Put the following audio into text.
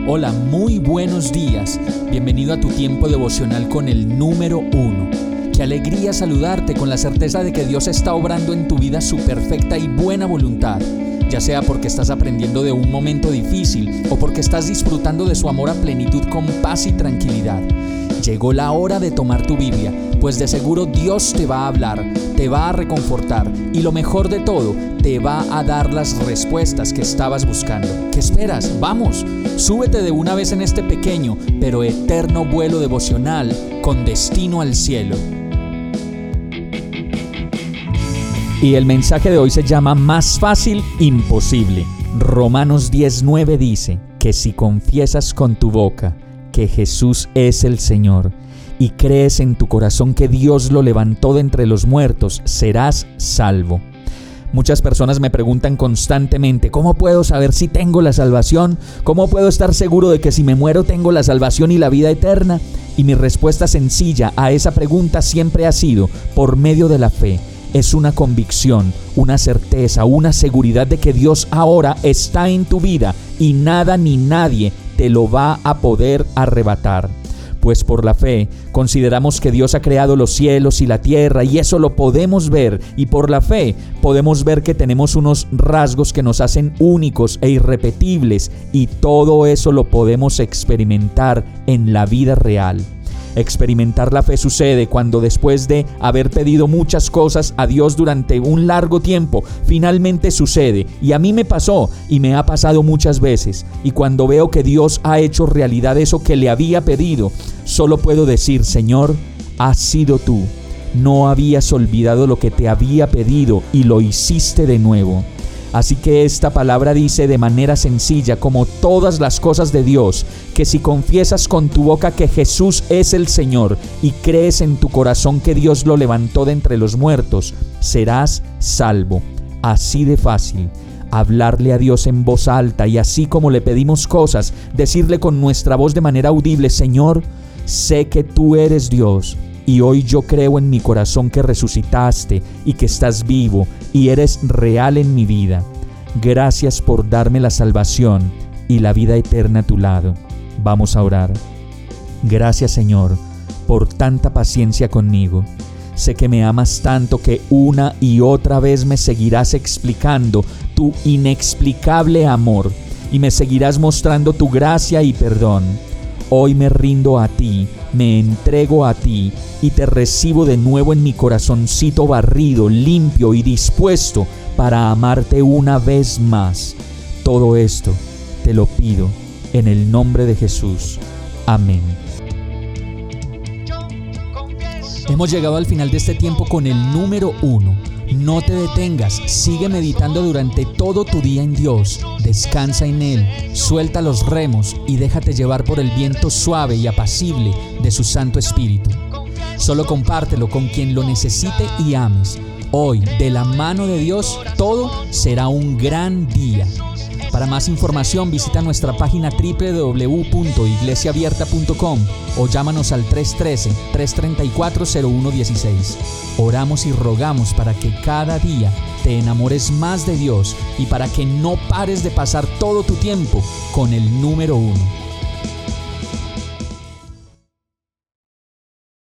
Hola, muy buenos días. Bienvenido a tu tiempo devocional con el número 1. Qué alegría saludarte con la certeza de que Dios está obrando en tu vida su perfecta y buena voluntad, ya sea porque estás aprendiendo de un momento difícil o porque estás disfrutando de su amor a plenitud con paz y tranquilidad. Llegó la hora de tomar tu Biblia, pues de seguro Dios te va a hablar, te va a reconfortar y lo mejor de todo, te va a dar las respuestas que estabas buscando. ¿Qué esperas? ¡Vamos! Súbete de una vez en este pequeño pero eterno vuelo devocional con destino al cielo. Y el mensaje de hoy se llama Más fácil, imposible. Romanos 10:9 dice que si confiesas con tu boca que Jesús es el Señor y crees en tu corazón que Dios lo levantó de entre los muertos, serás salvo. Muchas personas me preguntan constantemente, ¿cómo puedo saber si tengo la salvación? ¿Cómo puedo estar seguro de que si me muero tengo la salvación y la vida eterna? Y mi respuesta sencilla a esa pregunta siempre ha sido, por medio de la fe. Es una convicción, una certeza, una seguridad de que Dios ahora está en tu vida y nada ni nadie te lo va a poder arrebatar. Pues por la fe consideramos que Dios ha creado los cielos y la tierra y eso lo podemos ver, y por la fe podemos ver que tenemos unos rasgos que nos hacen únicos e irrepetibles, y todo eso lo podemos experimentar en la vida real. Experimentar la fe sucede cuando, después de haber pedido muchas cosas a Dios durante un largo tiempo, finalmente sucede. Y a mí me pasó y me ha pasado muchas veces. Y cuando veo que Dios ha hecho realidad eso que le había pedido, solo puedo decir, Señor, has sido tú. No habías olvidado lo que te había pedido y lo hiciste de nuevo. Así que esta palabra dice de manera sencilla, como todas las cosas de Dios, que si confiesas con tu boca que Jesús es el Señor y crees en tu corazón que Dios lo levantó de entre los muertos, serás salvo. Así de fácil. Hablarle a Dios en voz alta y así como le pedimos cosas, decirle con nuestra voz de manera audible, Señor, sé que tú eres Dios. Y hoy yo creo en mi corazón que resucitaste y que estás vivo y eres real en mi vida. Gracias por darme la salvación y la vida eterna a tu lado. Vamos a orar. Gracias, Señor, por tanta paciencia conmigo. Sé que me amas tanto que una y otra vez me seguirás explicando tu inexplicable amor y me seguirás mostrando tu gracia y perdón. Hoy me rindo a ti, me entrego a ti y te recibo de nuevo en mi corazoncito barrido, limpio y dispuesto para amarte una vez más. Todo esto te lo pido en el nombre de Jesús. Amén. Hemos llegado al final de este tiempo con el número 1. No te detengas, sigue meditando durante todo tu día en Dios, descansa en Él, suelta los remos y déjate llevar por el viento suave y apacible de su Santo Espíritu. Solo compártelo con quien lo necesite y ames. Hoy, de la mano de Dios, todo será un gran día. Para más información visita nuestra página www.iglesiaabierta.com o llámanos al 313-334-0116. Oramos y rogamos para que cada día te enamores más de Dios y para que no pares de pasar todo tu tiempo con el número 1.